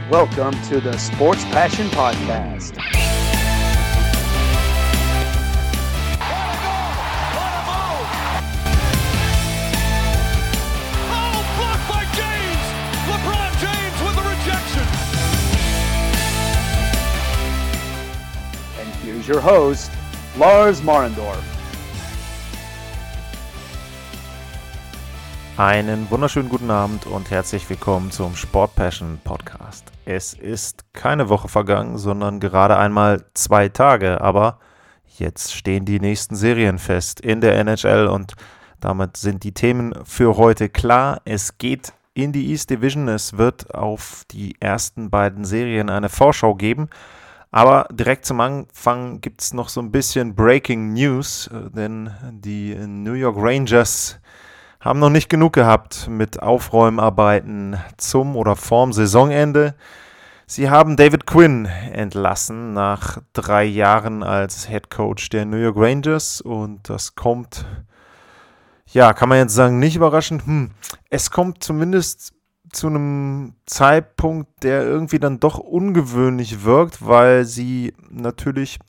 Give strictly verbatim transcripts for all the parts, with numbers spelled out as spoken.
Welcome to the Sports Passion Podcast. Oh, blocked by James! LeBron James with the rejection! And here's your host, Lars Marendorf. Einen wunderschönen guten Abend und herzlich willkommen zum Sport Passion Podcast. Es ist keine Woche vergangen, sondern gerade einmal zwei Tage, aber jetzt stehen die nächsten Serien fest in der N H L und damit sind die Themen für heute klar. Es geht in die East Division, es wird auf die ersten beiden Serien eine Vorschau geben, aber direkt zum Anfang gibt es noch so ein bisschen Breaking News, denn die New York Rangers haben noch nicht genug gehabt mit Aufräumarbeiten zum oder vorm Saisonende. Sie haben David Quinn entlassen nach drei Jahren als Head Coach der New York Rangers und das kommt, ja, kann man jetzt sagen, nicht überraschend. Hm, es kommt zumindest zu einem Zeitpunkt, der irgendwie dann doch ungewöhnlich wirkt, weil sie natürlich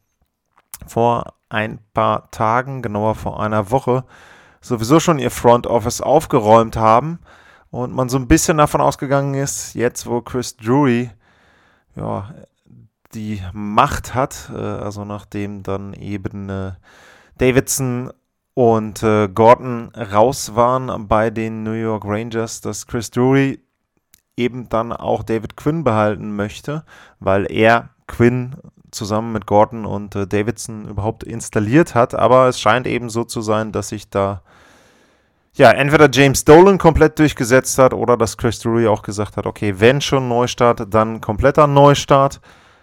vor ein paar Tagen, genauer vor einer Woche, sowieso schon ihr Front Office aufgeräumt haben und man so ein bisschen davon ausgegangen ist, jetzt wo Chris Drury ja, die Macht hat, äh, also nachdem dann eben äh, Davidson und äh, Gordon raus waren bei den New York Rangers, dass Chris Drury eben dann auch David Quinn behalten möchte, weil er Quinn zusammen mit Gordon und äh, Davidson überhaupt installiert hat, aber es scheint eben so zu sein, dass sich da ja entweder James Dolan komplett durchgesetzt hat oder dass Chris Drury auch gesagt hat, okay, wenn schon Neustart, dann kompletter Neustart.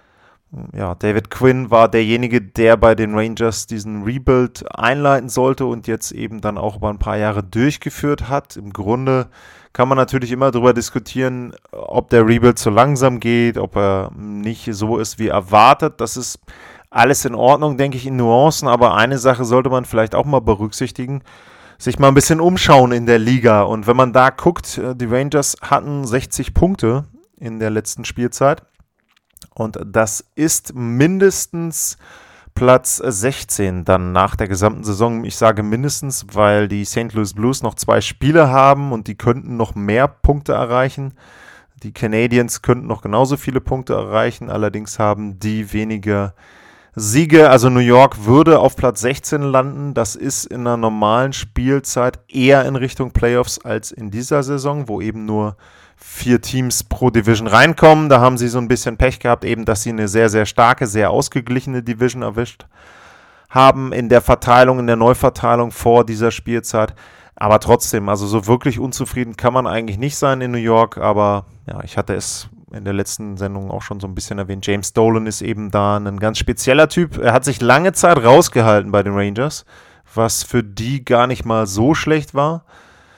Ja, David Quinn war derjenige, der bei den Rangers diesen Rebuild einleiten sollte und jetzt eben dann auch über ein paar Jahre durchgeführt hat. Im Grunde kann man natürlich immer darüber diskutieren, ob der Rebuild zu langsam geht, ob er nicht so ist wie erwartet. Das ist alles in Ordnung, denke ich, in Nuancen, aber eine Sache sollte man vielleicht auch mal berücksichtigen, sich mal ein bisschen umschauen in der Liga. Und wenn man da guckt, die Rangers hatten sechzig Punkte in der letzten Spielzeit und das ist mindestens Platz sechzehn dann nach der gesamten Saison. Ich sage mindestens, weil die Saint Louis Blues noch zwei Spiele haben und die könnten noch mehr Punkte erreichen. Die Canadiens könnten noch genauso viele Punkte erreichen, allerdings haben die weniger Siege. Also New York würde auf Platz sechzehn landen. Das ist in einer normalen Spielzeit eher in Richtung Playoffs als in dieser Saison, wo eben nur vier Teams pro Division reinkommen. Da haben sie so ein bisschen Pech gehabt, eben, dass sie eine sehr, sehr starke, sehr ausgeglichene Division erwischt haben in der Verteilung, in der Neuverteilung vor dieser Spielzeit. Aber trotzdem, also so wirklich unzufrieden kann man eigentlich nicht sein in New York. Aber ja, ich hatte es in der letzten Sendung auch schon so ein bisschen erwähnt. James Dolan ist eben da ein ganz spezieller Typ. Er hat sich lange Zeit rausgehalten bei den Rangers, was für die gar nicht mal so schlecht war.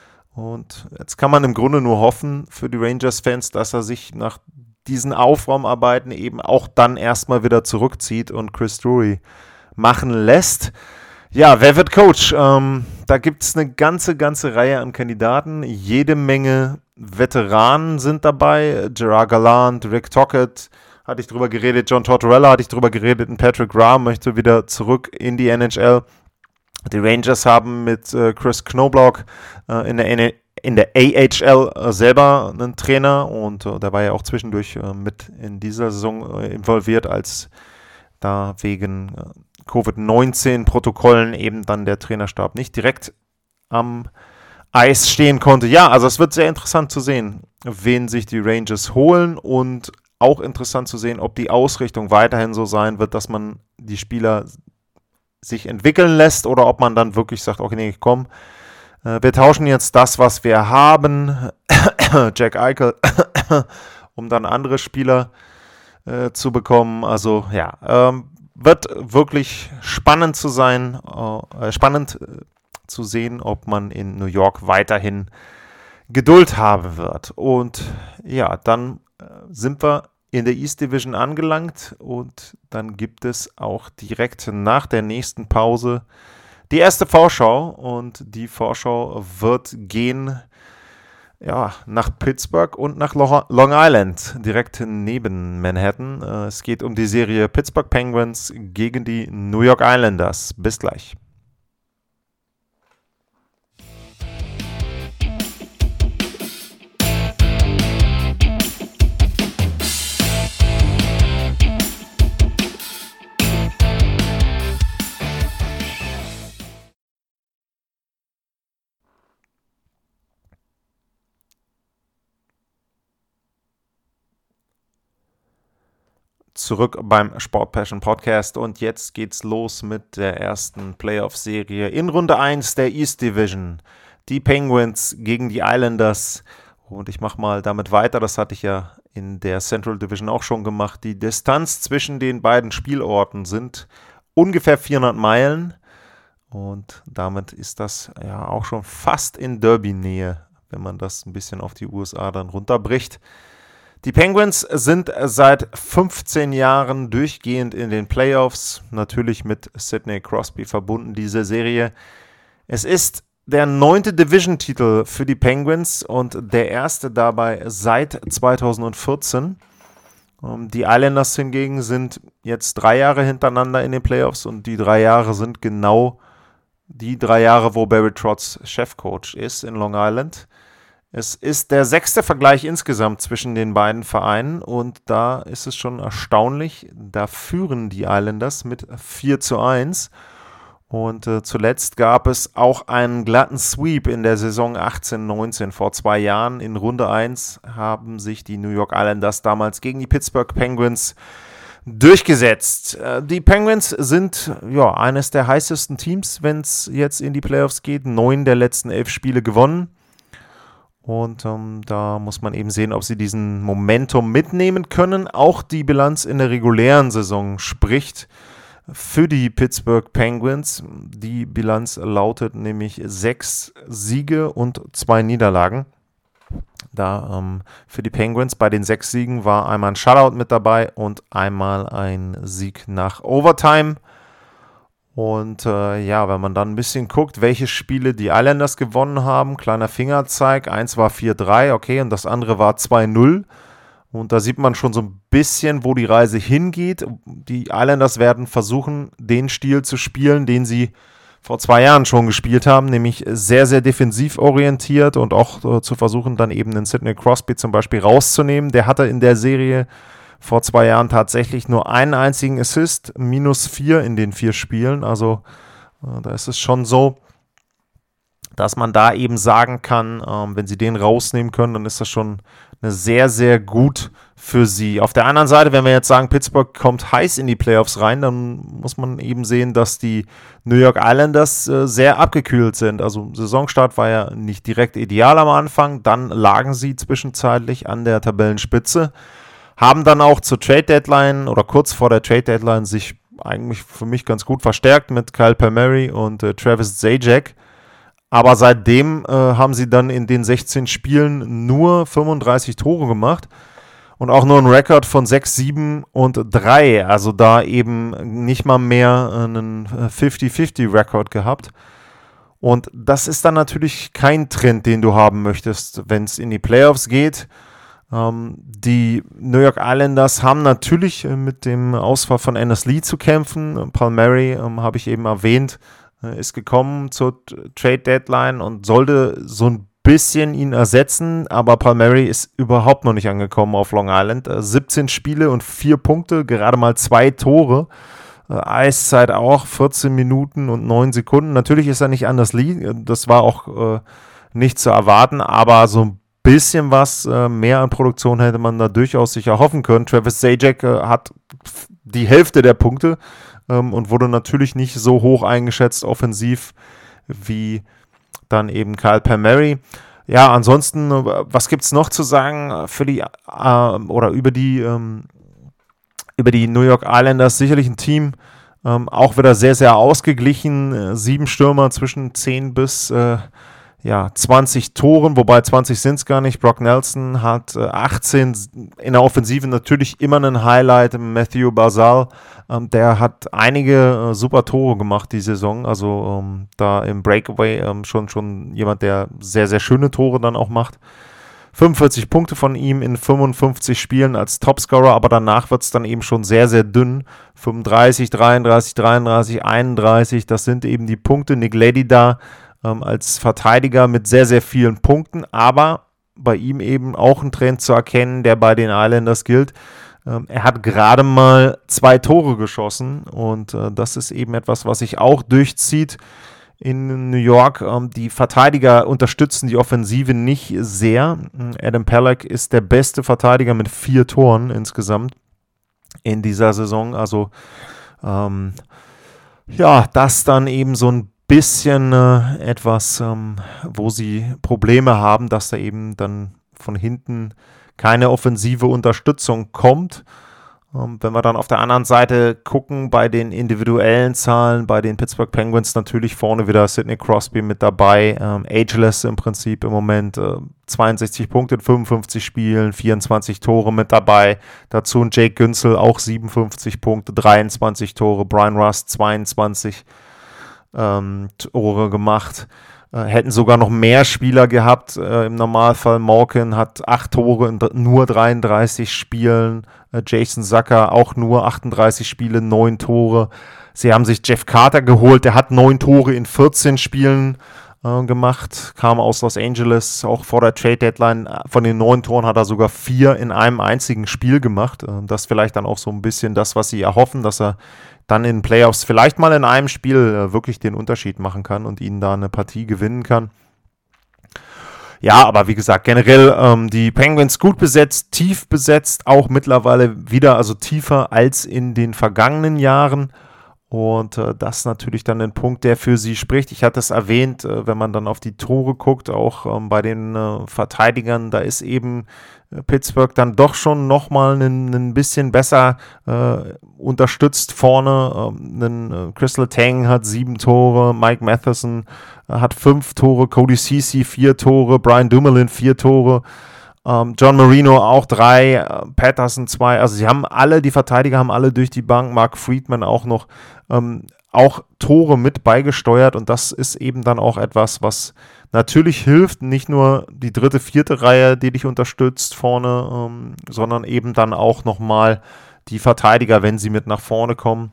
Und jetzt kann man im Grunde nur hoffen für die Rangers-Fans, dass er sich nach diesen Aufräumarbeiten eben auch dann erstmal wieder zurückzieht und Chris Drury machen lässt. Ja, wer wird Coach? Ähm, da gibt es eine ganze, ganze Reihe an Kandidaten. Jede Menge Veteranen sind dabei. Gerard Gallant, Rick Tocchet, hatte ich drüber geredet. John Tortorella hatte ich drüber geredet. Und Patrick Graham möchte wieder zurück in die N H L. Die Rangers haben mit äh, Chris Knoblauch äh, in der, N- in der A H L äh, selber einen Trainer und äh, der war ja auch zwischendurch äh, mit in dieser Saison äh, involviert, als da wegen äh, Covid neunzehn Protokollen eben dann der Trainerstab nicht direkt am Eis stehen konnte. Ja, also es wird sehr interessant zu sehen, wen sich die Rangers holen und auch interessant zu sehen, ob die Ausrichtung weiterhin so sein wird, dass man die Spieler sich entwickeln lässt oder ob man dann wirklich sagt, okay, nee, komm, äh, wir tauschen jetzt das, was wir haben, Jack Eichel, um dann andere Spieler äh, zu bekommen. Also ja, ähm, wird wirklich spannend zu sein, äh, spannend äh, zu sehen, ob man in New York weiterhin Geduld haben wird. Und ja, dann äh, sind wir in der East Division angelangt und dann gibt es auch direkt nach der nächsten Pause die erste Vorschau und die Vorschau wird gehen ja, nach Pittsburgh und nach Long Island, direkt neben Manhattan. Es geht um die Serie Pittsburgh Penguins gegen die New York Islanders. Bis gleich. Zurück beim Sport Passion Podcast und jetzt geht's los mit der ersten Playoff-Serie in Runde eins der East Division. Die Penguins gegen die Islanders und ich mache mal damit weiter, das hatte ich ja in der Central Division auch schon gemacht. Die Distanz zwischen den beiden Spielorten sind ungefähr vierhundert Meilen und damit ist das ja auch schon fast in Derby-Nähe, wenn man das ein bisschen auf die U S A dann runterbricht. Die Penguins sind seit fünfzehn Jahren durchgehend in den Playoffs, natürlich mit Sidney Crosby verbunden, diese Serie. Es ist der neunte Division-Titel für die Penguins und der erste dabei seit zweitausendvierzehn. Die Islanders hingegen sind jetzt drei Jahre hintereinander in den Playoffs und die drei Jahre sind genau die drei Jahre, wo Barry Trotz Chefcoach ist in Long Island. Es ist der sechste Vergleich insgesamt zwischen den beiden Vereinen und da ist es schon erstaunlich, da führen die Islanders mit vier zu eins und äh, zuletzt gab es auch einen glatten Sweep in der Saison achtzehn neunzehn. Vor zwei Jahren in Runde eins haben sich die New York Islanders damals gegen die Pittsburgh Penguins durchgesetzt. Äh, die Penguins sind ja eines der heißesten Teams, wenn es jetzt in die Playoffs geht. Neun der letzten elf Spiele gewonnen. Und ähm, da muss man eben sehen, ob sie diesen Momentum mitnehmen können. Auch die Bilanz in der regulären Saison spricht für die Pittsburgh Penguins. Die Bilanz lautet nämlich sechs Siege und zwei Niederlagen. Da ähm, für die Penguins bei den sechs Siegen war einmal ein Shutout mit dabei und einmal ein Sieg nach Overtime. Und äh, ja, wenn man dann ein bisschen guckt, welche Spiele die Islanders gewonnen haben, kleiner Fingerzeig, eins war vier drei, okay, und das andere war zwei null. Und da sieht man schon so ein bisschen, wo die Reise hingeht. Die Islanders werden versuchen, den Stil zu spielen, den sie vor zwei Jahren schon gespielt haben, nämlich sehr, sehr defensiv orientiert und auch äh, zu versuchen, dann eben den Sidney Crosby zum Beispiel rauszunehmen. Der hatte in der Serie vor zwei Jahren tatsächlich nur einen einzigen Assist, minus vier in den vier Spielen. Also äh, da ist es schon so, dass man da eben sagen kann, ähm, wenn sie den rausnehmen können, dann ist das schon eine sehr, sehr gut für sie. Auf der anderen Seite, wenn wir jetzt sagen, Pittsburgh kommt heiß in die Playoffs rein, dann muss man eben sehen, dass die New York Islanders äh, sehr abgekühlt sind. Also Saisonstart war ja nicht direkt ideal am Anfang, dann lagen sie zwischenzeitlich an der Tabellenspitze. Haben dann auch zur Trade-Deadline oder kurz vor der Trade-Deadline sich eigentlich für mich ganz gut verstärkt mit Kyle Palmieri und äh, Travis Zajac. Aber seitdem äh, haben sie dann in den sechzehn Spielen nur fünfunddreißig Tore gemacht und auch nur einen Rekord von sechs, sieben und drei. Also da eben nicht mal mehr einen fünfzig fünfzig Rekord gehabt. Und das ist dann natürlich kein Trend, den du haben möchtest, wenn es in die Playoffs geht. Ähm, die New York Islanders haben natürlich äh, mit dem Ausfall von Anders Lee zu kämpfen. Palmieri, ähm, habe ich eben erwähnt, äh, ist gekommen zur Trade Deadline und sollte so ein bisschen ihn ersetzen, aber Palmieri ist überhaupt noch nicht angekommen auf Long Island. Äh, siebzehn Spiele und vier Punkte, gerade mal zwei Tore. Äh, Eiszeit auch, vierzehn Minuten und neun Sekunden. Natürlich ist er nicht Anders Lee, das war auch äh, nicht zu erwarten, aber so ein bisschen was äh, mehr an Produktion hätte man da durchaus sich erhoffen können. Travis Zajac äh, hat die Hälfte der Punkte ähm, und wurde natürlich nicht so hoch eingeschätzt offensiv wie dann eben Kyle Palmieri. Ja, ansonsten, äh, was gibt es noch zu sagen für die äh, oder über die ähm, über die New York Islanders? Sicherlich ein Team, ähm, auch wieder sehr, sehr ausgeglichen. Äh, sieben Stürmer zwischen zehn bis äh, ja, zwanzig Toren, wobei zwanzig sind es gar nicht. Brock Nelson hat äh, achtzehn, in der Offensive natürlich immer ein Highlight. Matthew Barzal, ähm, der hat einige äh, super Tore gemacht die Saison, also ähm, da im Breakaway ähm, schon, schon jemand, der sehr, sehr schöne Tore dann auch macht. fünfundvierzig Punkte von ihm in fünfundfünfzig Spielen als Topscorer, aber danach wird es dann eben schon sehr, sehr dünn. fünfunddreißig, dreiunddreißig, dreiunddreißig, einunddreißig, das sind eben die Punkte. Nick Leddy da ähm, als Verteidiger mit sehr, sehr vielen Punkten, aber bei ihm eben auch ein Trend zu erkennen, der bei den Islanders gilt. Ähm, er hat gerade mal zwei Tore geschossen und äh, das ist eben etwas, was sich auch durchzieht in New York. Ähm, die Verteidiger unterstützen die Offensive nicht sehr. Adam Pelech ist der beste Verteidiger mit vier Toren insgesamt in dieser Saison. Also ähm, ja, das dann eben so ein bisschen äh, etwas, ähm, wo sie Probleme haben, dass da eben dann von hinten keine offensive Unterstützung kommt. Um, wenn wir dann auf der anderen Seite gucken, bei den individuellen Zahlen, bei den Pittsburgh Penguins natürlich vorne wieder Sidney Crosby mit dabei, ähm, ageless im Prinzip im Moment, äh, zweiundsechzig Punkte in fünfundfünfzig Spielen, vierundzwanzig Tore mit dabei, dazu ein Jake Günzel, auch siebenundfünfzig Punkte, dreiundzwanzig Tore, Brian Rust zweiundzwanzig ähm, Tore gemacht. Äh, hätten sogar noch mehr Spieler gehabt, äh, im Normalfall. Malkin hat acht Tore in d- nur dreiunddreißig Spielen. Äh, Jason Zucker auch nur achtunddreißig Spiele, neun Tore. Sie haben sich Jeff Carter geholt, der hat neun Tore in vierzehn Spielen äh, gemacht, kam aus Los Angeles, auch vor der Trade-Deadline. Von den neun Toren hat er sogar vier in einem einzigen Spiel gemacht. Äh, das vielleicht dann auch so ein bisschen das, was sie erhoffen, dass er dann in den Playoffs vielleicht mal in einem Spiel äh, wirklich den Unterschied machen kann und ihnen da eine Partie gewinnen kann. Ja, aber wie gesagt, generell ähm, die Penguins gut besetzt, tief besetzt, auch mittlerweile wieder, also tiefer als in den vergangenen Jahren. Und äh, das ist natürlich dann ein Punkt, der für sie spricht. Ich hatte es erwähnt, äh, wenn man dann auf die Tore guckt, auch ähm, bei den äh, Verteidigern, da ist eben äh, Pittsburgh dann doch schon nochmal ein, ein bisschen besser äh, unterstützt vorne. Ähm, ein, äh, Crystal Tang hat sieben Tore, Mike Matheson äh, hat fünf Tore, Cody Ceci vier Tore, Brian Dumoulin vier Tore. Um, John Marino auch drei, uh, Patterson zwei, also sie haben alle, die Verteidiger haben alle durch die Bank, Mark Friedman auch noch, ähm, auch Tore mit beigesteuert und das ist eben dann auch etwas, was natürlich hilft, nicht nur die dritte, vierte Reihe, die dich unterstützt vorne, ähm, sondern eben dann auch nochmal die Verteidiger, wenn sie mit nach vorne kommen.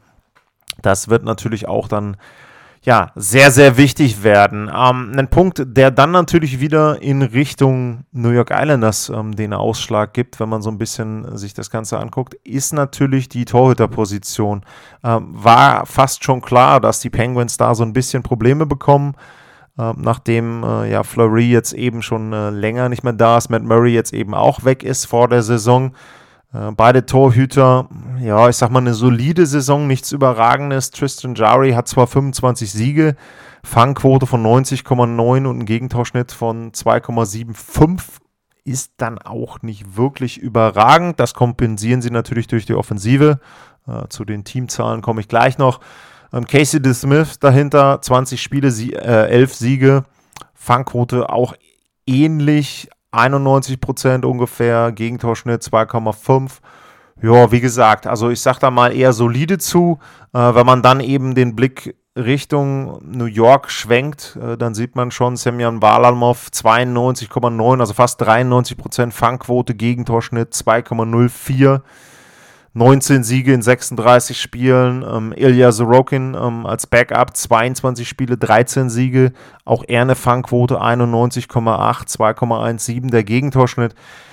Das wird natürlich auch dann ja, sehr, sehr wichtig werden. Ähm, ein Punkt, der dann natürlich wieder in Richtung New York Islanders ähm, den Ausschlag gibt, wenn man so ein bisschen sich das Ganze anguckt, ist natürlich die Torhüterposition. Ähm, war fast schon klar, dass die Penguins da so ein bisschen Probleme bekommen, äh, nachdem äh, ja Fleury jetzt eben schon äh, länger nicht mehr da ist, Matt Murray jetzt eben auch weg ist vor der Saison. Beide Torhüter, ja, ich sag mal eine solide Saison, nichts Überragendes. Tristan Jarry hat zwar fünfundzwanzig Siege, Fangquote von neunzig Komma neun und einen Gegentorschnitt von zwei Komma fünfundsiebzig, ist dann auch nicht wirklich überragend. Das kompensieren sie natürlich durch die Offensive. Äh, zu den Teamzahlen komme ich gleich noch. Ähm, Casey DeSmith dahinter, zwanzig Spiele, sie, äh, elf Siege, Fangquote auch ähnlich, einundneunzig Prozent ungefähr, Gegentorschnitt zwei Komma fünf. Ja, wie gesagt, also ich sag da mal eher solide zu. Äh, wenn man dann eben den Blick Richtung New York schwenkt, äh, dann sieht man schon Semyon Varlamov zweiundneunzig Komma neun, also fast dreiundneunzig Prozent Fangquote, Gegentorschnitt zwei Komma null vier. neunzehn Siege in sechsunddreißig Spielen. Ähm, Ilya Sorokin ähm, als Backup, zweiundzwanzig Spiele, dreizehn Siege. Auch er eine Fangquote, einundneunzig Komma acht, zwei Komma siebzehn der Gegentorschnitt.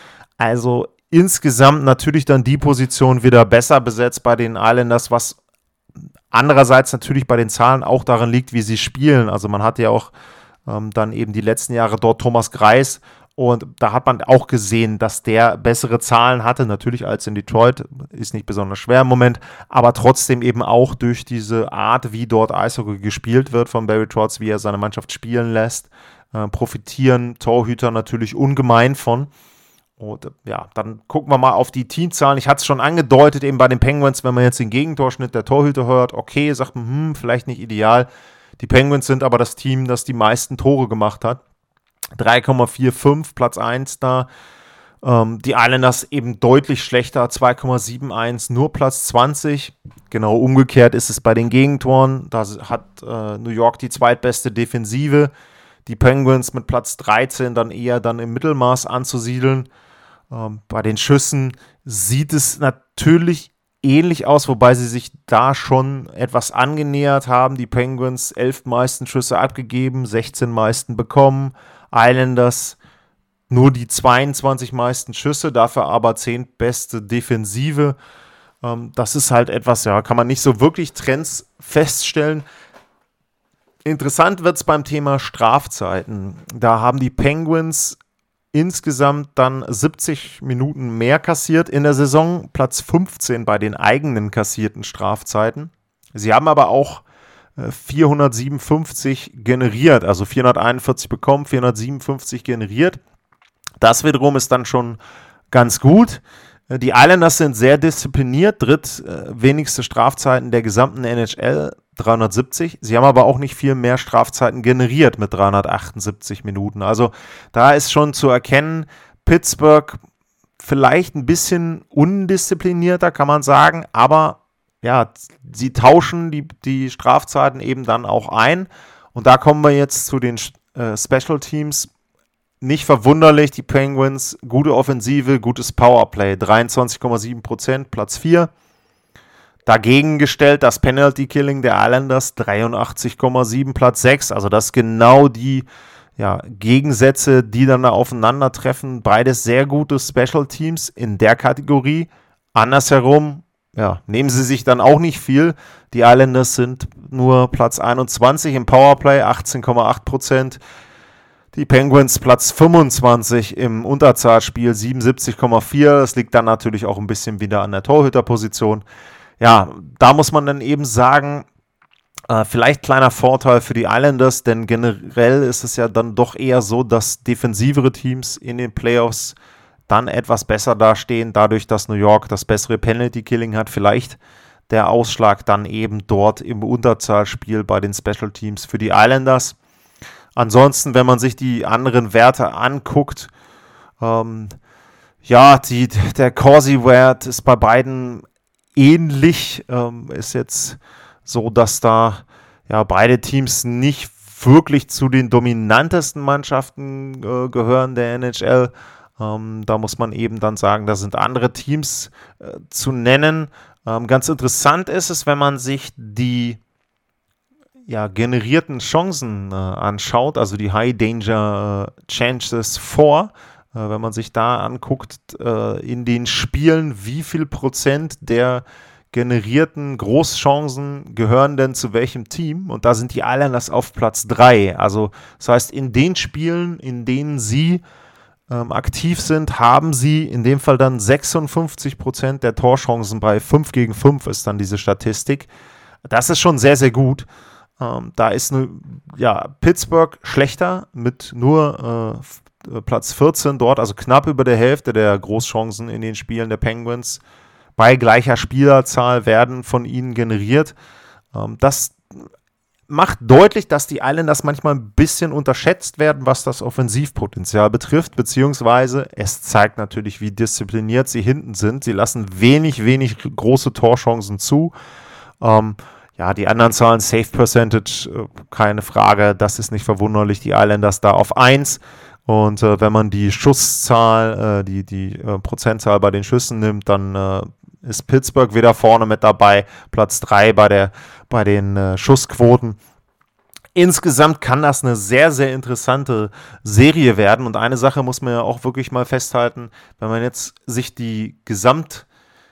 Also insgesamt natürlich dann die Position wieder besser besetzt bei den Islanders, was andererseits natürlich bei den Zahlen auch daran liegt, wie sie spielen. Also man hat ja auch ähm, dann eben die letzten Jahre dort Thomas Greiss. Und da hat man auch gesehen, dass der bessere Zahlen hatte, natürlich als in Detroit, ist nicht besonders schwer im Moment, aber trotzdem eben auch durch diese Art, wie dort Eishockey gespielt wird von Barry Trotz, wie er seine Mannschaft spielen lässt, äh, profitieren Torhüter natürlich ungemein von. Und äh, ja, dann gucken wir mal auf die Teamzahlen. Ich hatte es schon angedeutet, eben bei den Penguins, wenn man jetzt den Gegentorschnitt der Torhüter hört, okay, sagt man, hm, vielleicht nicht ideal. Die Penguins sind aber das Team, das die meisten Tore gemacht hat. drei Komma fünfundvierzig, Platz eins da. Ähm, die Islanders eben deutlich schlechter, zwei Komma einundsiebzig, nur Platz zwanzig. Genau umgekehrt ist es bei den Gegentoren. Da hat äh, New York die zweitbeste Defensive. Die Penguins mit Platz dreizehn dann eher dann im Mittelmaß anzusiedeln. Ähm, bei den Schüssen sieht es natürlich ähnlich aus, wobei sie sich da schon etwas angenähert haben. Die Penguins elf meisten Schüsse abgegeben, sechzehn meisten bekommen. Islanders nur die zweiundzwanzig meisten Schüsse, dafür aber zehn beste Defensive. Ähm, das ist halt etwas, ja, kann man nicht so wirklich Trends feststellen. Interessant wird es beim Thema Strafzeiten. Da haben die Penguins insgesamt dann siebzig Minuten mehr kassiert in der Saison, Platz fünfzehn bei den eigenen kassierten Strafzeiten. Sie haben aber auch äh, vierhundertsiebenundfünfzig generiert, also vierhunderteinundvierzig bekommen, vierhundertsiebenundfünfzig generiert. Das wiederum ist dann schon ganz gut. Die Islanders sind sehr diszipliniert, dritt äh, wenigste Strafzeiten der gesamten N H L, dreihundertsiebzig. Sie haben aber auch nicht viel mehr Strafzeiten generiert mit dreihundertachtundsiebzig Minuten. Also da ist schon zu erkennen, Pittsburgh vielleicht ein bisschen undisziplinierter, kann man sagen, aber ja, sie tauschen die, die Strafzeiten eben dann auch ein. Und da kommen wir jetzt zu den äh, Special Teams. Nicht verwunderlich, die Penguins, gute Offensive, gutes Powerplay, dreiundzwanzig Komma sieben Prozent, Platz vier. Dagegen gestellt das Penalty Killing der Islanders, dreiundachtzig Komma sieben, Platz sechs. Also das sind genau die ja, Gegensätze, die dann da aufeinandertreffen. Beides sehr gute Special Teams in der Kategorie. Andersherum, ja, nehmen sie sich dann auch nicht viel. Die Islanders sind nur Platz einundzwanzig im Powerplay, achtzehn Komma acht Prozent. Die Penguins Platz fünfundzwanzig im Unterzahlspiel, siebenundsiebzig Komma vier. Das liegt dann natürlich auch ein bisschen wieder an der Torhüterposition. Ja, da muss man dann eben sagen, äh, vielleicht kleiner Vorteil für die Islanders, denn generell ist es ja dann doch eher so, dass defensivere Teams in den Playoffs dann etwas besser dastehen, dadurch, dass New York das bessere Penalty-Killing hat. Vielleicht der Ausschlag dann eben dort im Unterzahlspiel bei den Special Teams für die Islanders. Ansonsten, wenn man sich die anderen Werte anguckt, ähm, ja, die, der Corsi-Wert ist bei beiden ähnlich. Ähm, ist jetzt so, dass da ja beide Teams nicht wirklich zu den dominantesten Mannschaften äh, gehören der N H L. Ähm, da muss man eben dann sagen, da sind andere Teams äh, zu nennen. Ähm, ganz interessant ist es, wenn man sich die ja, generierten Chancen äh, anschaut, also die High Danger äh, Chances for, äh, wenn man sich da anguckt, äh, in den Spielen, wie viel Prozent der generierten Großchancen gehören denn zu welchem Team? Und da sind die Islanders auf Platz drei. Also das heißt, in den Spielen, in denen sie ähm, aktiv sind, haben sie in dem Fall dann sechsundfünfzig Prozent der Torchancen bei fünf gegen fünf ist dann diese Statistik. Das ist schon sehr, sehr gut. Ähm, da ist ne, ja, Pittsburgh schlechter mit nur äh, Platz vierzehn dort, also knapp über der Hälfte der Großchancen in den Spielen der Penguins. Bei gleicher Spielerzahl werden von ihnen generiert. Ähm, das macht deutlich, dass die Islanders manchmal ein bisschen unterschätzt werden, was das Offensivpotenzial betrifft, beziehungsweise es zeigt natürlich, wie diszipliniert sie hinten sind. Sie lassen wenig, wenig große Torchancen zu. Ähm, Ja, die anderen Zahlen, Save Percentage, äh, keine Frage, das ist nicht verwunderlich, die Islanders da auf eins. Und äh, wenn man die Schusszahl, äh, die, die äh, Prozentzahl bei den Schüssen nimmt, dann äh, ist Pittsburgh wieder vorne mit dabei, Platz drei bei, der, bei den äh, Schussquoten. Insgesamt kann das eine sehr, sehr interessante Serie werden. Und eine Sache muss man ja auch wirklich mal festhalten, wenn man jetzt sich die Gesamt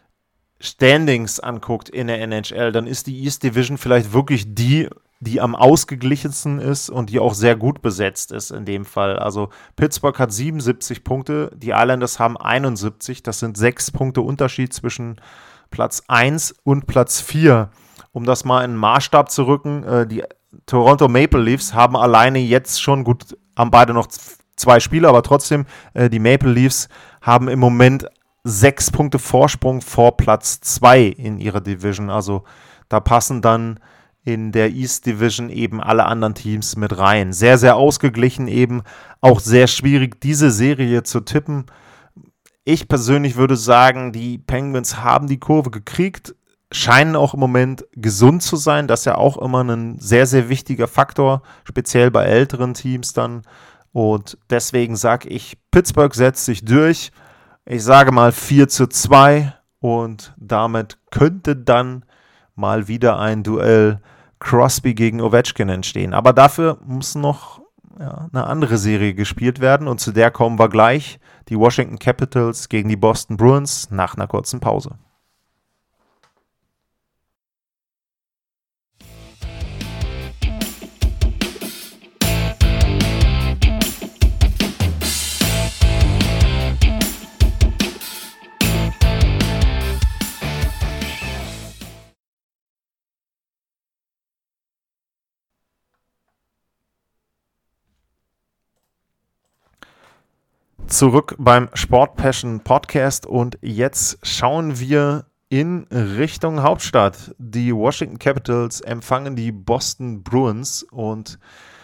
Standings anguckt in der N H L, dann ist die East Division vielleicht wirklich die, die am ausgeglichensten ist und die auch sehr gut besetzt ist in dem Fall. Also Pittsburgh hat siebenundsiebzig Punkte, die Islanders haben einundsiebzig, das sind sechs Punkte Unterschied zwischen Platz eins und Platz vier. Um das mal in den Maßstab zu rücken, äh, die Toronto Maple Leafs haben alleine jetzt schon, gut, haben beide noch zwei Spiele, aber trotzdem, äh, die Maple Leafs haben im Moment sechs Punkte Vorsprung vor Platz zwei in ihrer Division. Also da passen dann in der East Division eben alle anderen Teams mit rein. Sehr, sehr ausgeglichen eben, auch sehr schwierig, diese Serie zu tippen. Ich persönlich würde sagen, die Penguins haben die Kurve gekriegt, scheinen auch im Moment gesund zu sein. Das ist ja auch immer ein sehr, sehr wichtiger Faktor, speziell bei älteren Teams dann. Und deswegen sage ich, Pittsburgh setzt sich durch. Ich sage mal vier zu zwei und damit könnte dann mal wieder ein Duell Crosby gegen Ovechkin entstehen. Aber dafür muss noch ja, eine andere Serie gespielt werden und zu der kommen wir gleich. Die Washington Capitals gegen die Boston Bruins nach einer kurzen Pause. Zurück beim Sport Passion Podcast und jetzt schauen wir in Richtung Hauptstadt. Die Washington Capitals empfangen die Boston Bruins und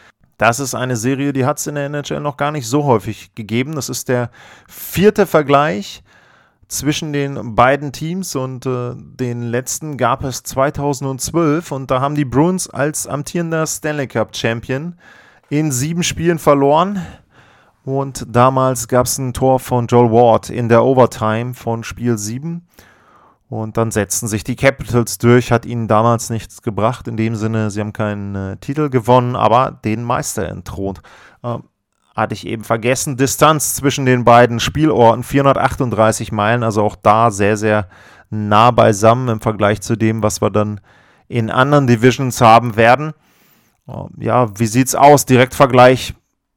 das ist eine Serie, die hat es in der N H L noch gar nicht so häufig gegeben. Das ist der vierte Vergleich zwischen den beiden Teams und äh, den letzten gab es zweitausendzwölf und da haben die Bruins als amtierender Stanley Cup Champion in sieben Spielen verloren. Und damals gab es ein Tor von Joel Ward in der Overtime von Spiel sieben. Und dann setzten sich die Capitals durch, hat ihnen damals nichts gebracht. In dem Sinne, sie haben keinen äh, Titel gewonnen, aber den Meister entthront. Ähm, hatte ich eben vergessen. Distanz zwischen den beiden Spielorten, vierhundertachtunddreißig Meilen. Also auch da sehr, sehr nah beisammen im Vergleich zu dem, was wir dann in anderen Divisions haben werden. Ähm, ja, wie sieht's aus? Direktvergleich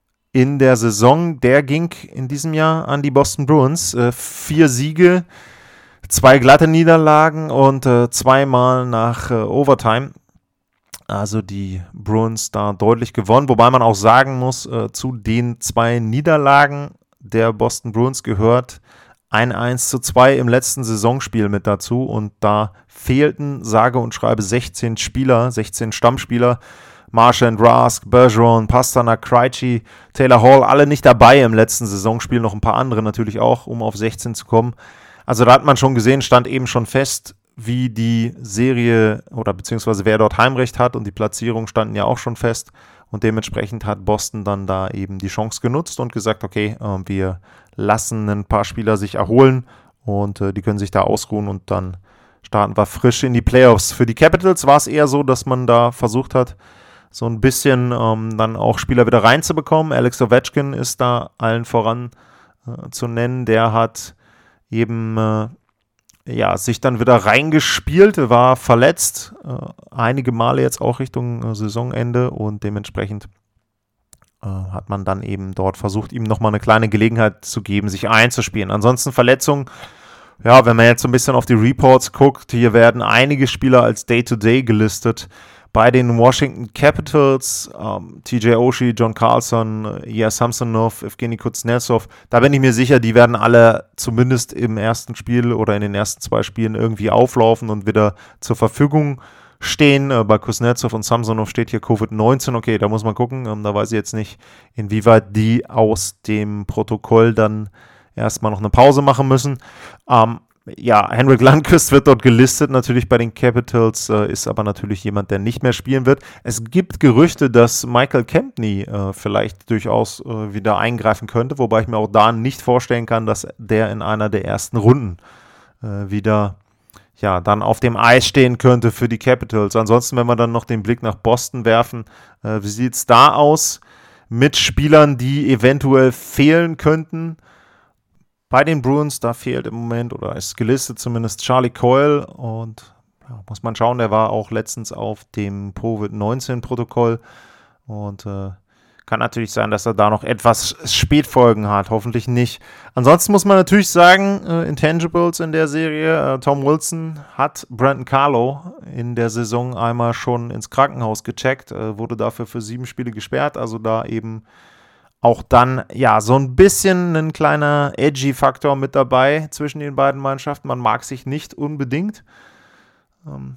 in der Saison, der ging in diesem Jahr an die Boston Bruins. Äh, vier Siege, zwei glatte Niederlagen und äh, zweimal nach äh, Overtime. Also die Bruins da deutlich gewonnen. Wobei man auch sagen muss, äh, zu den zwei Niederlagen der Boston Bruins gehört ein eins zu zwei im letzten Saisonspiel mit dazu. Und da fehlten sage und schreibe sechzehn Spieler, sechzehn Stammspieler. Marchand, Rask, Bergeron, Pastrnak, Krejci, Taylor Hall, alle nicht dabei im letzten Saisonspiel, noch ein paar andere natürlich auch, um auf sechzehn zu kommen. Also da hat man schon gesehen, stand eben schon fest, wie die Serie oder beziehungsweise wer dort Heimrecht hat und die Platzierung standen ja auch schon fest und dementsprechend hat Boston dann da eben die Chance genutzt und gesagt, okay, äh, wir lassen ein paar Spieler sich erholen und äh, die können sich da ausruhen und dann starten wir frisch in die Playoffs. Für die Capitals war es eher so, dass man da versucht hat, so ein bisschen ähm, dann auch Spieler wieder reinzubekommen. Alex Ovechkin ist da allen voran äh, zu nennen. Der hat eben äh, ja, sich dann wieder reingespielt, war verletzt, äh, einige Male jetzt auch Richtung äh, Saisonende und dementsprechend äh, hat man dann eben dort versucht, ihm nochmal eine kleine Gelegenheit zu geben, sich einzuspielen. Ansonsten Verletzungen, ja, wenn man jetzt so ein bisschen auf die Reports guckt, hier werden einige Spieler als Day-to-Day gelistet. Bei den Washington Capitals, ähm, T J Oshie, John Carlson, Ilya Samsonov, Evgeny Kuznetsov, da bin ich mir sicher, die werden alle zumindest im ersten Spiel oder in den ersten zwei Spielen irgendwie auflaufen und wieder zur Verfügung stehen. Äh, bei Kuznetsov und Samsonov steht hier Covid neunzehn, okay, da muss man gucken, ähm, da weiß ich jetzt nicht, inwieweit die aus dem Protokoll dann erstmal noch eine Pause machen müssen. Ähm, Ja, Henrik Lundqvist wird dort gelistet, natürlich bei den Capitals, äh, ist aber natürlich jemand, der nicht mehr spielen wird. Es gibt Gerüchte, dass Michael Kempny äh, vielleicht durchaus äh, wieder eingreifen könnte, wobei ich mir auch da nicht vorstellen kann, dass der in einer der ersten Runden äh, wieder ja, dann auf dem Eis stehen könnte für die Capitals. Ansonsten, wenn wir dann noch den Blick nach Boston werfen, äh, wie sieht es da aus mit Spielern, die eventuell fehlen könnten? Bei den Bruins, da fehlt im Moment, oder ist gelistet zumindest Charlie Coyle und ja, muss man schauen, der war auch letztens auf dem Covid neunzehn Protokoll und äh, kann natürlich sein, dass er da noch etwas Spätfolgen hat, hoffentlich nicht. Ansonsten muss man natürlich sagen, äh, Intangibles in der Serie, äh, Tom Wilson hat Brandon Carlo in der Saison einmal schon ins Krankenhaus gecheckt, äh, wurde dafür für sieben Spiele gesperrt, also da eben auch dann, ja, so ein bisschen ein kleiner Edgy-Faktor mit dabei zwischen den beiden Mannschaften. Man mag sich nicht unbedingt. Ähm,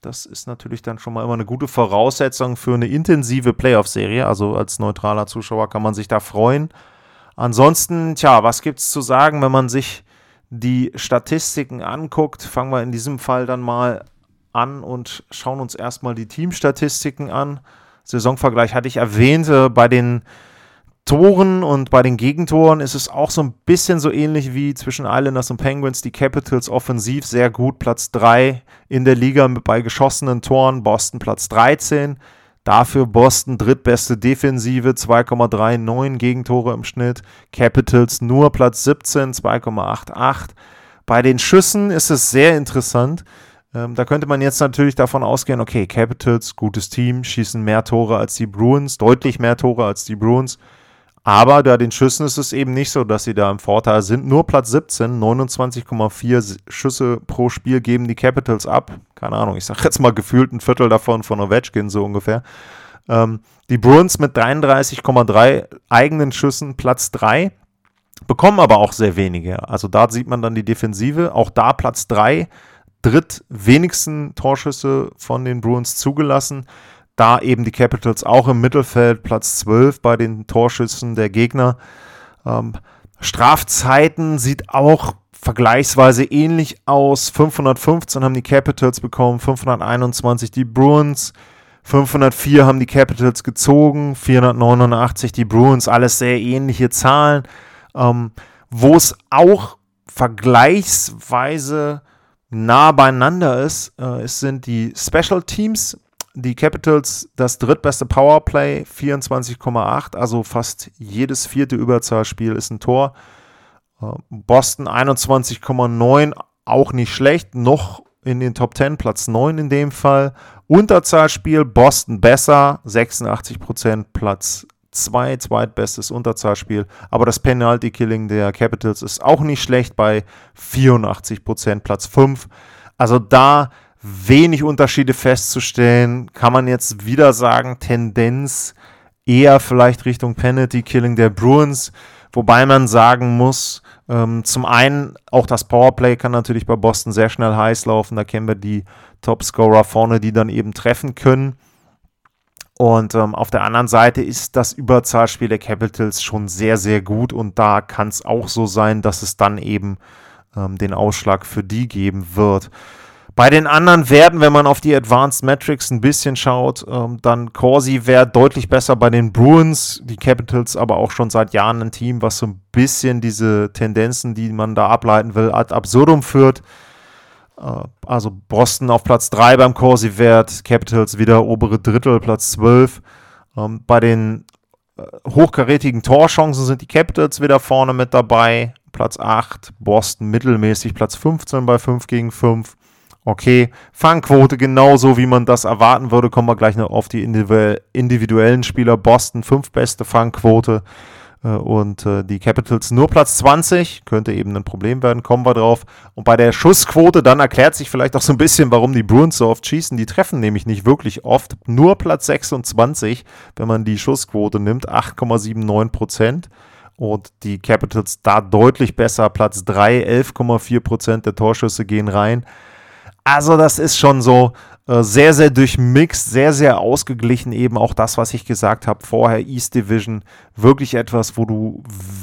Das ist natürlich dann schon mal immer eine gute Voraussetzung für eine intensive Playoff-Serie. Also als neutraler Zuschauer kann man sich da freuen. Ansonsten, tja, was gibt's zu sagen, wenn man sich die Statistiken anguckt? Fangen wir in diesem Fall dann mal an und schauen uns erstmal die Teamstatistiken an. Saisonvergleich hatte ich erwähnt, äh, bei den Toren und bei den Gegentoren ist es auch so ein bisschen so ähnlich wie zwischen Islanders und Penguins. Die Capitals offensiv sehr gut, Platz drei in der Liga bei geschossenen Toren, Boston Platz dreizehn. Dafür Boston drittbeste Defensive, zwei Komma neununddreißig Gegentore im Schnitt. Capitals nur Platz siebzehn, zwei Komma achtundachtzig. Bei den Schüssen ist es sehr interessant. Ähm, da könnte man jetzt natürlich davon ausgehen, okay, Capitals, gutes Team, schießen mehr Tore als die Bruins, deutlich mehr Tore als die Bruins. Aber bei den Schüssen ist es eben nicht so, dass sie da im Vorteil sind. Nur Platz siebzehn, neunundzwanzig Komma vier Schüsse pro Spiel geben die Capitals ab. Keine Ahnung, ich sage jetzt mal gefühlt ein Viertel davon von Ovechkin so ungefähr. Ähm, die Bruins mit dreiunddreißig Komma drei eigenen Schüssen Platz drei, bekommen aber auch sehr wenige. Also da sieht man dann die Defensive. Auch da Platz drei, drittwenigsten Torschüsse von den Bruins zugelassen. Da eben die Capitals auch im Mittelfeld, Platz zwölf bei den Torschüssen der Gegner. Ähm, Strafzeiten sieht auch vergleichsweise ähnlich aus. fünfhundertfünfzehn haben die Capitals bekommen, fünfhunderteinundzwanzig die Bruins, fünfhundertvier haben die Capitals gezogen, vierhundertneunundachtzig die Bruins, alles sehr ähnliche Zahlen. Ähm, wo es auch vergleichsweise nah beieinander ist, äh, es sind die Special Teams. Die Capitals das drittbeste Powerplay, vierundzwanzig Komma acht, also fast jedes vierte Überzahlspiel ist ein Tor. Boston einundzwanzig Komma neun, auch nicht schlecht, noch in den Top zehn, Platz neun in dem Fall. Unterzahlspiel, Boston besser, sechsundachtzig Prozent, Platz zwei, zweitbestes Unterzahlspiel. Aber das Penalty-Killing der Capitals ist auch nicht schlecht bei vierundachtzig Prozent, Platz fünf. Also da wenig Unterschiede festzustellen, kann man jetzt wieder sagen, Tendenz eher vielleicht Richtung Penalty-Killing der Bruins, wobei man sagen muss, ähm, zum einen auch das Powerplay kann natürlich bei Boston sehr schnell heiß laufen, da kennen wir die Topscorer vorne, die dann eben treffen können. Und ähm, auf der anderen Seite ist das Überzahlspiel der Capitals schon sehr, sehr gut und da kann es auch so sein, dass es dann eben ähm, den Ausschlag für die geben wird. Bei den anderen Werten, wenn man auf die Advanced Metrics ein bisschen schaut, ähm, dann Corsi wäre deutlich besser bei den Bruins, die Capitals aber auch schon seit Jahren ein Team, was so ein bisschen diese Tendenzen, die man da ableiten will, ad absurdum führt. Äh, also Boston auf Platz drei beim Corsi-Wert, Capitals wieder obere Drittel, Platz zwölf. Ähm, bei den äh, hochkarätigen Torchancen sind die Capitals wieder vorne mit dabei, Platz acht, Boston mittelmäßig, Platz fünfzehn bei fünf gegen fünf. Okay, Fangquote genauso, wie man das erwarten würde, kommen wir gleich noch auf die individuellen Spieler. Boston fünf beste Fangquote äh, und äh, die Capitals nur Platz zwanzig, könnte eben ein Problem werden, kommen wir drauf. Und bei der Schussquote, dann erklärt sich vielleicht auch so ein bisschen, warum die Bruins so oft schießen. Die treffen nämlich nicht wirklich oft, nur Platz sechsundzwanzig, wenn man die Schussquote nimmt, acht Komma neunundsiebzig Prozent. Und die Capitals da deutlich besser, Platz drei, elf Komma vier Prozent der Torschüsse gehen rein. Also das ist schon so äh, sehr, sehr durchmixt, sehr, sehr ausgeglichen, eben auch das, was ich gesagt habe vorher, East Division, wirklich etwas, wo du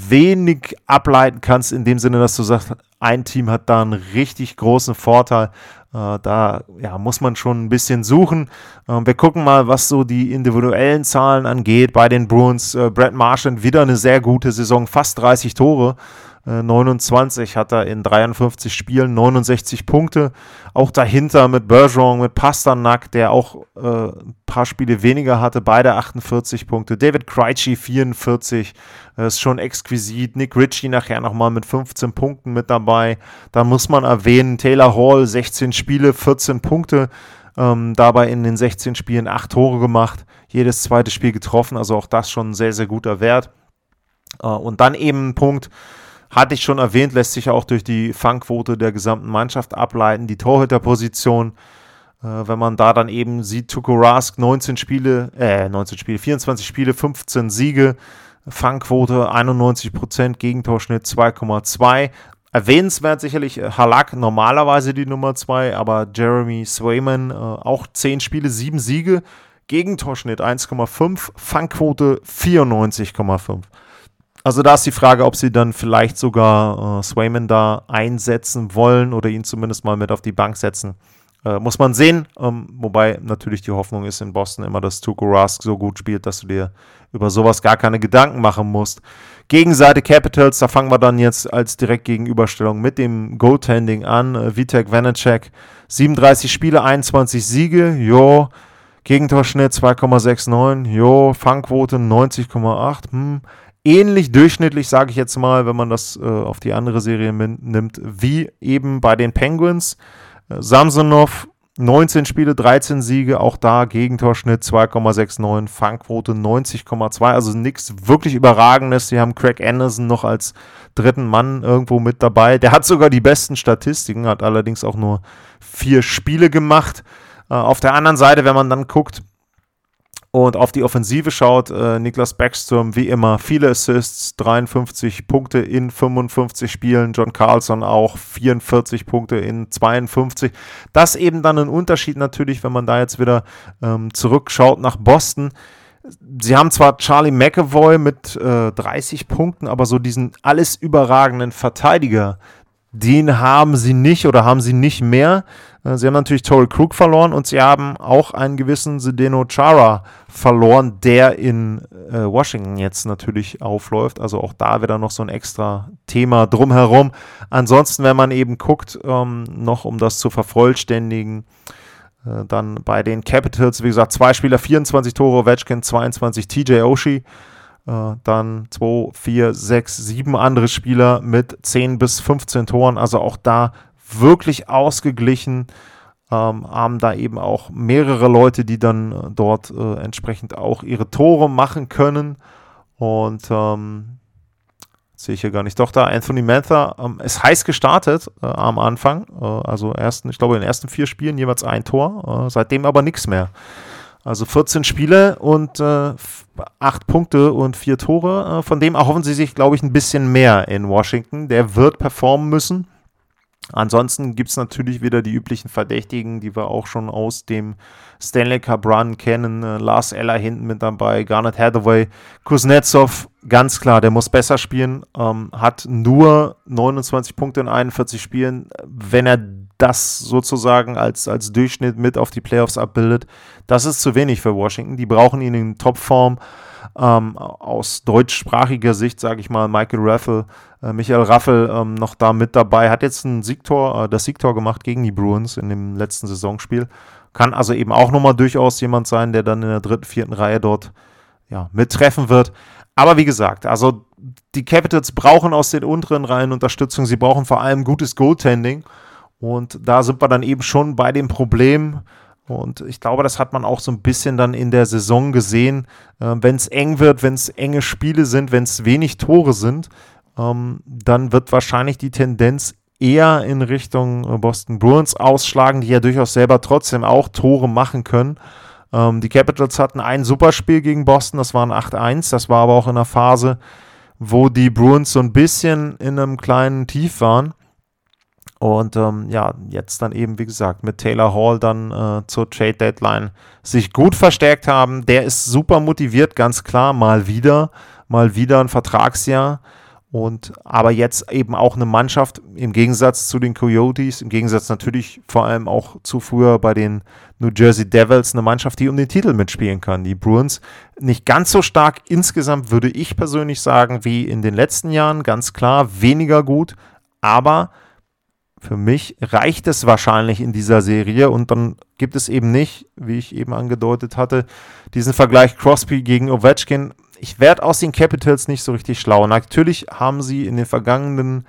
wenig ableiten kannst, in dem Sinne, dass du sagst, ein Team hat da einen richtig großen Vorteil. Äh, da ja, muss man schon ein bisschen suchen. Äh, wir gucken mal, was so die individuellen Zahlen angeht. Bei den Bruins, äh, Brad Marchand wieder eine sehr gute Saison, fast dreißig Tore. neunundzwanzig hat er in dreiundfünfzig Spielen, neunundsechzig Punkte. Auch dahinter mit Bergeron, mit Pasternak, der auch äh, ein paar Spiele weniger hatte, beide achtundvierzig Punkte. David Krejci vierundvierzig, äh, ist schon exquisit. Nick Ritchie nachher nochmal mit fünfzehn Punkten mit dabei. Da muss man erwähnen, Taylor Hall, sechzehn Spiele, vierzehn Punkte. Ähm, dabei in den sechzehn Spielen acht Tore gemacht. Jedes zweite Spiel getroffen, also auch das schon ein sehr, sehr guter Wert. Äh, und dann eben ein Punkt, hatte ich schon erwähnt, lässt sich auch durch die Fangquote der gesamten Mannschaft ableiten, die Torhüterposition. Äh, wenn man da dann eben sieht, Tuukka Rask, neunzehn Spiele, äh, neunzehn Spiele, vierundzwanzig Spiele, fünfzehn Siege, Fangquote einundneunzig Prozent, Gegentorschnitt zwei Komma zwei. Erwähnenswert sicherlich äh, Halak, normalerweise die Nummer zwei, aber Jeremy Swayman, äh, auch zehn Spiele, sieben Siege, Gegentorschnitt eins Komma fünf, Fangquote vierundneunzig Komma fünf. Also da ist die Frage, ob sie dann vielleicht sogar äh, Swayman da einsetzen wollen oder ihn zumindest mal mit auf die Bank setzen. Äh, muss man sehen, ähm, wobei natürlich die Hoffnung ist in Boston immer, dass Tuukka Rask so gut spielt, dass du dir über sowas gar keine Gedanken machen musst. Gegenseite Capitals, da fangen wir dann jetzt als Direktgegenüberstellung mit dem Goaltending an. Äh, Vitek Vanacek, siebenunddreißig Spiele, einundzwanzig Siege, jo. Gegentorschnitt zwei Komma neunundsechzig, jo. Fangquote neunzig Komma acht, hm. Ähnlich durchschnittlich, sage ich jetzt mal, wenn man das äh, auf die andere Serie min- nimmt, wie eben bei den Penguins. Äh, Samsonov, neunzehn Spiele, dreizehn Siege, auch da Gegentorschnitt zwei Komma neunundsechzig, Fangquote neunzig Komma zwei, also nichts wirklich Überragendes. Sie haben Craig Anderson noch als dritten Mann irgendwo mit dabei. Der hat sogar die besten Statistiken, hat allerdings auch nur vier Spiele gemacht. Äh, auf der anderen Seite, wenn man dann guckt, und auf die Offensive schaut, äh, Niklas Backstrom wie immer, viele Assists, dreiundfünfzig Punkte in fünfundfünfzig Spielen, John Carlson auch vierundvierzig Punkte in zweiundfünfzig. Das eben dann ein Unterschied natürlich, wenn man da jetzt wieder ähm, zurückschaut nach Boston. Sie haben zwar Charlie McAvoy mit äh, dreißig Punkten, aber so diesen alles überragenden Verteidiger, den haben sie nicht oder haben sie nicht mehr. Sie haben natürlich Torrey Krug verloren und sie haben auch einen gewissen Zdeno Chara verloren, der in äh, Washington jetzt natürlich aufläuft. Also auch da wieder noch so ein extra Thema drumherum. Ansonsten, wenn man eben guckt, ähm, noch um das zu vervollständigen, äh, dann bei den Capitals, wie gesagt, zwei Spieler, vierundzwanzig Tore, Ovechkin zweiundzwanzig, T J Oshie. Uh, dann zwei, vier, sechs, sieben andere Spieler mit zehn bis fünfzehn Toren, also auch da wirklich ausgeglichen, ähm, haben da eben auch mehrere Leute, die dann äh, dort äh, entsprechend auch ihre Tore machen können und ähm, sehe ich hier gar nicht, doch da Anthony Mantha ähm, ist heiß gestartet äh, am Anfang, äh, also ersten, ich glaube in den ersten vier Spielen jeweils ein Tor, äh, seitdem aber nichts mehr. Also vierzehn Spiele und äh, acht Punkte und vier Tore. Äh, von dem erhoffen sie sich, glaube ich, ein bisschen mehr in Washington. Der wird performen müssen. Ansonsten gibt es natürlich wieder die üblichen Verdächtigen, die wir auch schon aus dem Stanley Cup Run kennen. Äh, Lars Eller hinten mit dabei, Garnet Hathaway, Kuznetsov, ganz klar, der muss besser spielen. Ähm, hat nur neunundzwanzig Punkte in einundvierzig Spielen. Wenn er das sozusagen als, als Durchschnitt mit auf die Playoffs abbildet, das ist zu wenig für Washington. Die brauchen ihn in Topform. Ähm, aus deutschsprachiger Sicht, sage ich mal, Michael Raffel, äh, Michael Raffel ähm, noch da mit dabei, hat jetzt ein Siegtor, äh, das Siegtor gemacht gegen die Bruins in dem letzten Saisonspiel. Kann also eben auch nochmal durchaus jemand sein, der dann in der dritten, vierten Reihe dort ja, mittreffen wird. Aber wie gesagt, also die Capitals brauchen aus den unteren Reihen Unterstützung. Sie brauchen vor allem gutes Goaltending. Und da sind wir dann eben schon bei dem Problem. Und ich glaube, das hat man auch so ein bisschen dann in der Saison gesehen. Äh, wenn es eng wird, wenn es enge Spiele sind, wenn es wenig Tore sind, ähm, dann wird wahrscheinlich die Tendenz eher in Richtung Boston Bruins ausschlagen, die ja durchaus selber trotzdem auch Tore machen können. Ähm, die Capitals hatten ein Superspiel gegen Boston, das war ein acht eins. Das war aber auch in einer Phase, wo die Bruins so ein bisschen in einem kleinen Tief waren. Und ähm, ja, jetzt dann eben, wie gesagt, mit Taylor Hall dann äh, zur Trade-Deadline sich gut verstärkt haben. Der ist super motiviert, ganz klar, mal wieder, mal wieder ein Vertragsjahr. Und aber jetzt eben auch eine Mannschaft im Gegensatz zu den Coyotes, im Gegensatz natürlich vor allem auch zu früher bei den New Jersey Devils, eine Mannschaft, die um den Titel mitspielen kann. Die Bruins nicht ganz so stark insgesamt, würde ich persönlich sagen, wie in den letzten Jahren, ganz klar, weniger gut, aber für mich reicht es wahrscheinlich in dieser Serie und dann gibt es eben nicht, wie ich eben angedeutet hatte, diesen Vergleich Crosby gegen Ovechkin. Ich werde aus den Capitals nicht so richtig schlau. Natürlich haben sie in den vergangenen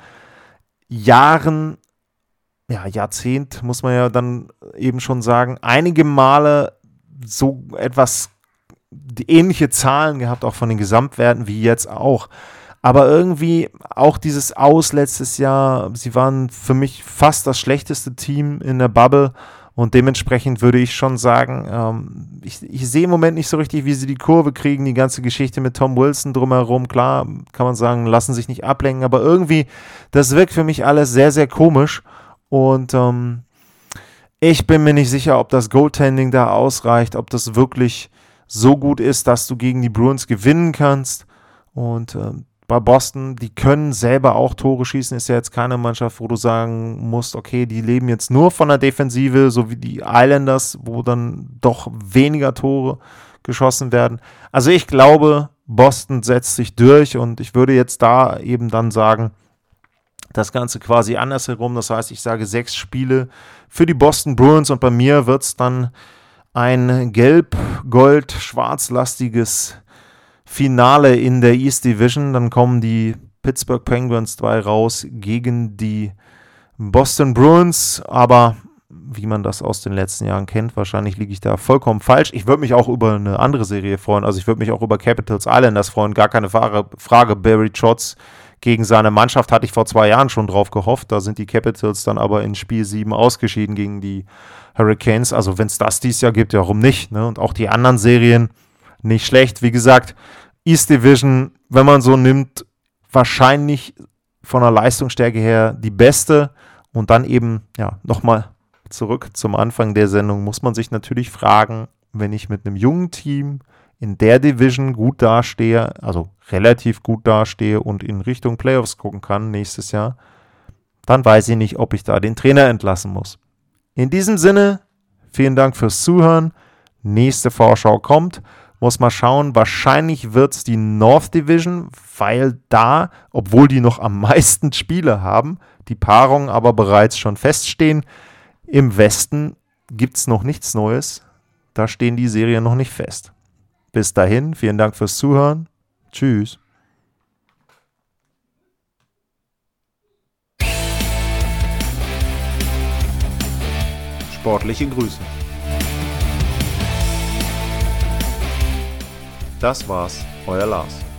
Jahren, ja Jahrzehnt, muss man ja dann eben schon sagen, einige Male so etwas ähnliche Zahlen gehabt, auch von den Gesamtwerten wie jetzt auch. Aber irgendwie auch dieses Aus letztes Jahr, sie waren für mich fast das schlechteste Team in der Bubble Und dementsprechend würde ich schon sagen, ähm, ich, ich sehe im Moment nicht so richtig, wie sie die Kurve kriegen, die ganze Geschichte mit Tom Wilson drumherum. Klar, kann man sagen, lassen sich nicht ablenken, aber irgendwie, das wirkt für mich alles sehr, sehr komisch. Und ähm, ich bin mir nicht sicher, ob das Goaltending da ausreicht, ob das wirklich so gut ist, dass du gegen die Bruins gewinnen kannst. Und ähm, bei Boston, die können selber auch Tore schießen, ist ja jetzt keine Mannschaft, wo du sagen musst, okay, die leben jetzt nur von der Defensive, so wie die Islanders, wo dann doch weniger Tore geschossen werden. Also ich glaube, Boston setzt sich durch und ich würde jetzt da eben dann sagen, das Ganze quasi andersherum, das heißt, ich sage sechs Spiele für die Boston Bruins und bei mir wird es dann ein gelb-gold-schwarzlastiges Finale in der East Division. Dann kommen die Pittsburgh Penguins zwei raus gegen die Boston Bruins, aber wie man das aus den letzten Jahren kennt, wahrscheinlich liege ich da vollkommen falsch. Ich würde mich auch über eine andere Serie freuen, also ich würde mich auch über Capitals Islanders freuen, gar keine Frage. Barry Trotz gegen seine Mannschaft hatte ich vor zwei Jahren schon drauf gehofft, da sind die Capitals dann aber in Spiel sieben ausgeschieden gegen die Hurricanes, also wenn es das dieses Jahr gibt, ja, warum nicht, ne? Und auch die anderen Serien nicht schlecht. Wie gesagt, East Division, wenn man so nimmt, wahrscheinlich von der Leistungsstärke her die beste. Und dann eben, ja, nochmal zurück zum Anfang der Sendung, muss man sich natürlich fragen, wenn ich mit einem jungen Team in der Division gut dastehe, also relativ gut dastehe und in Richtung Playoffs gucken kann nächstes Jahr, dann weiß ich nicht, ob ich da den Trainer entlassen muss. In diesem Sinne, vielen Dank fürs Zuhören. Nächste Vorschau kommt. Muss mal schauen, wahrscheinlich wird es die North Division, weil da, obwohl die noch am meisten Spiele haben, die Paarungen aber bereits schon feststehen. Im Westen gibt es noch nichts Neues, da stehen die Serien noch nicht fest. Bis dahin, vielen Dank fürs Zuhören. Tschüss. Sportliche Grüße. Das war's, euer Lars.